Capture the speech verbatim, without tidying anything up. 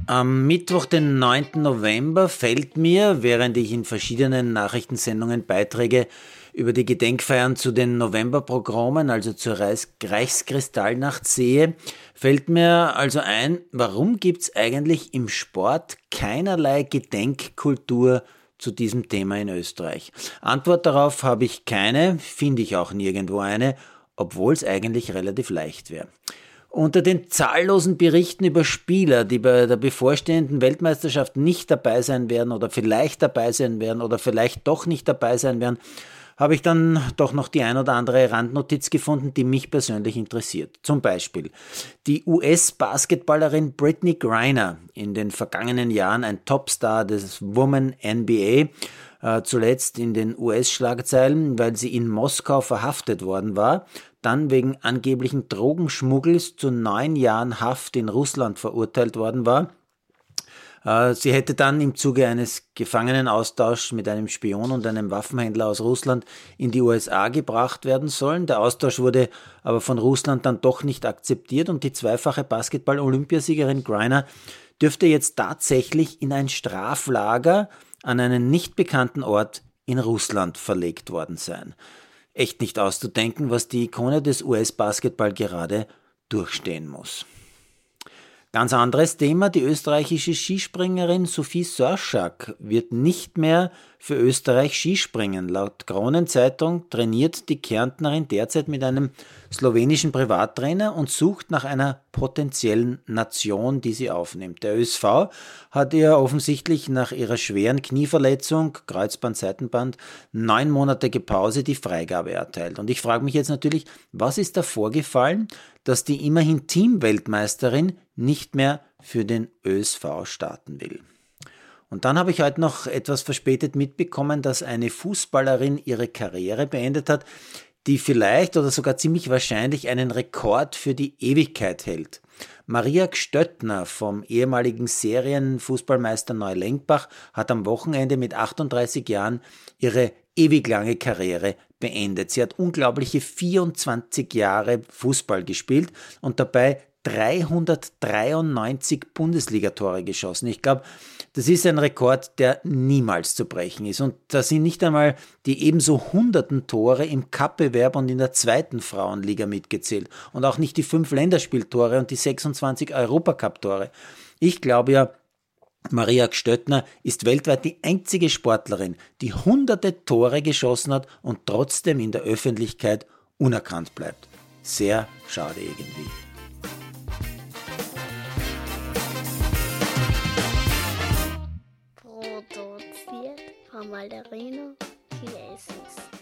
Am Mittwoch, den neunten November, fällt mir, während ich in verschiedenen Nachrichtensendungen Beiträge über die Gedenkfeiern zu den Novemberpogromen, also zur Reichs- Reichskristallnacht sehe, fällt mir also ein, warum gibt's eigentlich im Sport keinerlei Gedenkkultur zu diesem Thema in Österreich? Antwort darauf habe ich keine, finde ich auch nirgendwo eine, obwohl es eigentlich relativ leicht wäre. Unter den zahllosen Berichten über Spieler, die bei der bevorstehenden Weltmeisterschaft nicht dabei sein werden oder vielleicht dabei sein werden oder vielleicht doch nicht dabei sein werden, habe ich dann doch noch die ein oder andere Randnotiz gefunden, die mich persönlich interessiert. Zum Beispiel die U S-Basketballerin Brittney Griner, in den vergangenen Jahren ein Topstar des Women N B A, äh, zuletzt in den U S-Schlagzeilen, weil sie in Moskau verhaftet worden war, dann wegen angeblichen Drogenschmuggels zu neun Jahren Haft in Russland verurteilt worden war. Sie hätte dann im Zuge eines Gefangenenaustauschs mit einem Spion und einem Waffenhändler aus Russland in die U S A gebracht werden sollen. Der Austausch wurde aber von Russland dann doch nicht akzeptiert und die zweifache Basketball-Olympiasiegerin Griner dürfte jetzt tatsächlich in ein Straflager an einen nicht bekannten Ort in Russland verlegt worden sein. Echt nicht auszudenken, was die Ikone des U S-Basketball gerade durchstehen muss. Ganz anderes Thema, die österreichische Skispringerin Sophie Sorschak wird nicht mehr für Österreich Skispringen. Laut Kronenzeitung trainiert die Kärntnerin derzeit mit einem slowenischen Privattrainer und sucht nach einer potenziellen Nation, die sie aufnimmt. Der Ö S V hat ihr offensichtlich nach ihrer schweren Knieverletzung, Kreuzband, Seitenband, neunmonatige Pause die Freigabe erteilt. Und ich frage mich jetzt natürlich, was ist da vorgefallen, dass die immerhin Teamweltmeisterin nicht mehr für den Ö S V starten will. Und dann habe ich heute noch etwas verspätet mitbekommen, dass eine Fußballerin ihre Karriere beendet hat, die vielleicht oder sogar ziemlich wahrscheinlich einen Rekord für die Ewigkeit hält. Maria Gstöttner vom ehemaligen Serienfußballmeister Neulenkbach hat am Wochenende mit achtunddreißig Jahren ihre ewig lange Karriere beendet. Sie hat unglaubliche vierundzwanzig Jahre Fußball gespielt und dabei dreihundertdreiundneunzig Bundesligatore geschossen. Ich glaube, das ist ein Rekord, der niemals zu brechen ist. Und da sind nicht einmal die ebenso hunderten Tore im Cup-Bewerb und in der zweiten Frauenliga mitgezählt. Und auch nicht die fünf Länderspieltore und die sechsundzwanzig Europacup-Tore. Ich glaube ja, Maria Gstöttner ist weltweit die einzige Sportlerin, die hunderte Tore geschossen hat und trotzdem in der Öffentlichkeit unerkannt bleibt. Sehr schade irgendwie. Produziert von Malderino Chiesis.